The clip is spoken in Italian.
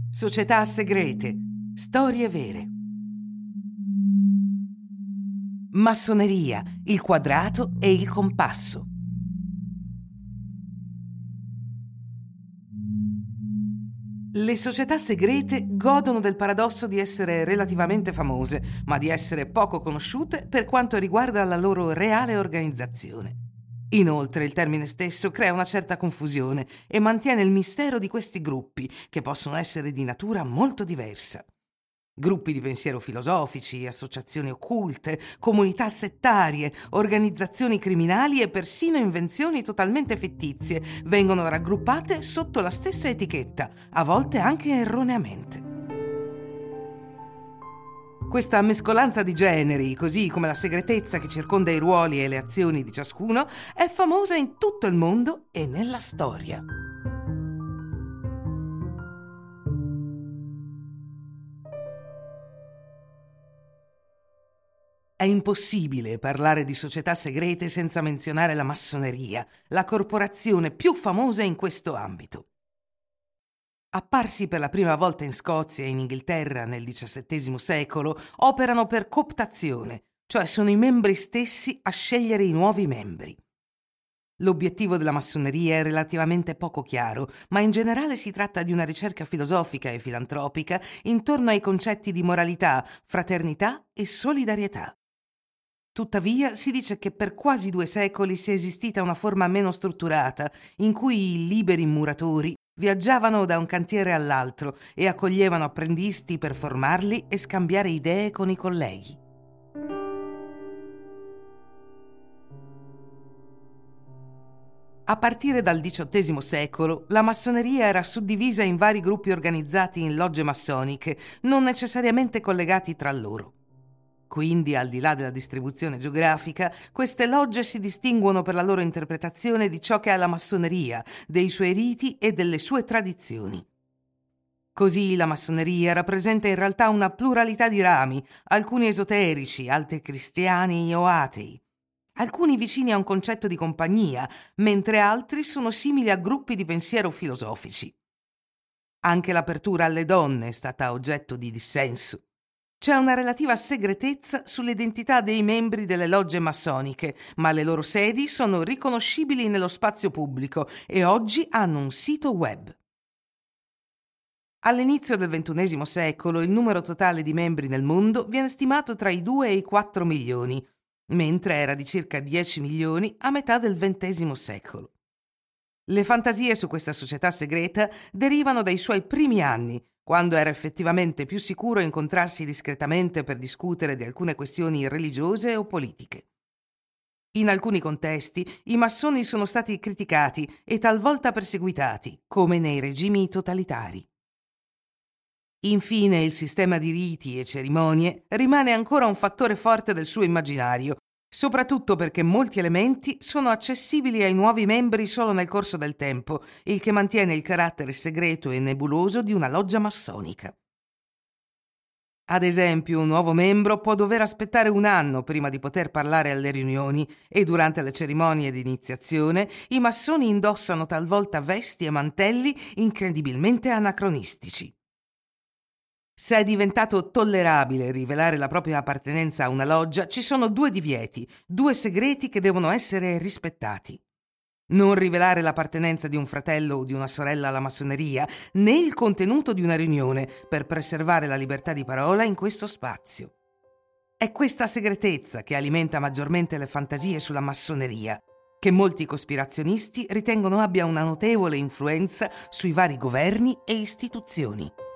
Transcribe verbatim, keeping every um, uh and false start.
Società segrete, storie vere. Massoneria, il quadrato e il compasso. Le società segrete godono del paradosso di essere relativamente famose, ma di essere poco conosciute per quanto riguarda la loro reale organizzazione. Inoltre, il termine stesso crea una certa confusione e mantiene il mistero di questi gruppi, che possono essere di natura molto diversa. Gruppi di pensiero filosofici, associazioni occulte, comunità settarie, organizzazioni criminali e persino invenzioni totalmente fittizie vengono raggruppate sotto la stessa etichetta, a volte anche erroneamente. Questa mescolanza di generi, così come la segretezza che circonda i ruoli e le azioni di ciascuno, è famosa in tutto il mondo e nella storia. È impossibile parlare di società segrete senza menzionare la massoneria, la corporazione più famosa in questo ambito. Apparsi per la prima volta in Scozia e in Inghilterra nel diciassettesimo secolo, operano per cooptazione, cioè sono i membri stessi a scegliere i nuovi membri. L'obiettivo della massoneria è relativamente poco chiaro, ma in generale si tratta di una ricerca filosofica e filantropica intorno ai concetti di moralità, fraternità e solidarietà. Tuttavia, si dice che per quasi due secoli sia esistita una forma meno strutturata, in cui i liberi muratori viaggiavano da un cantiere all'altro e accoglievano apprendisti per formarli e scambiare idee con i colleghi. A partire dal diciottesimo secolo, la massoneria era suddivisa in vari gruppi organizzati in logge massoniche, non necessariamente collegati tra loro. Quindi, al di là della distribuzione geografica, queste logge si distinguono per la loro interpretazione di ciò che è la massoneria, dei suoi riti e delle sue tradizioni. Così la massoneria rappresenta in realtà una pluralità di rami, alcuni esoterici, altri cristiani o atei, alcuni vicini a un concetto di compagnia, mentre altri sono simili a gruppi di pensiero filosofici. Anche l'apertura alle donne è stata oggetto di dissenso. C'è una relativa segretezza sull'identità dei membri delle logge massoniche, ma le loro sedi sono riconoscibili nello spazio pubblico e oggi hanno un sito web. All'inizio del ventunesimo secolo il numero totale di membri nel mondo viene stimato tra i due e i quattro milioni, mentre era di circa dieci milioni a metà del ventesimo secolo. Le fantasie su questa società segreta derivano dai suoi primi anni, quando era effettivamente più sicuro incontrarsi discretamente per discutere di alcune questioni religiose o politiche. In alcuni contesti i massoni sono stati criticati e talvolta perseguitati, come nei regimi totalitari. Infine, il sistema di riti e cerimonie rimane ancora un fattore forte del suo immaginario, soprattutto perché molti elementi sono accessibili ai nuovi membri solo nel corso del tempo, il che mantiene il carattere segreto e nebuloso di una loggia massonica. Ad esempio, un nuovo membro può dover aspettare un anno prima di poter parlare alle riunioni e durante le cerimonie di iniziazione i massoni indossano talvolta vesti e mantelli incredibilmente anacronistici. Se è diventato tollerabile rivelare la propria appartenenza a una loggia, ci sono due divieti, due segreti che devono essere rispettati. Non rivelare l'appartenenza di un fratello o di una sorella alla massoneria, né il contenuto di una riunione, per preservare la libertà di parola in questo spazio. È questa segretezza che alimenta maggiormente le fantasie sulla massoneria, che molti cospirazionisti ritengono abbia una notevole influenza sui vari governi e istituzioni.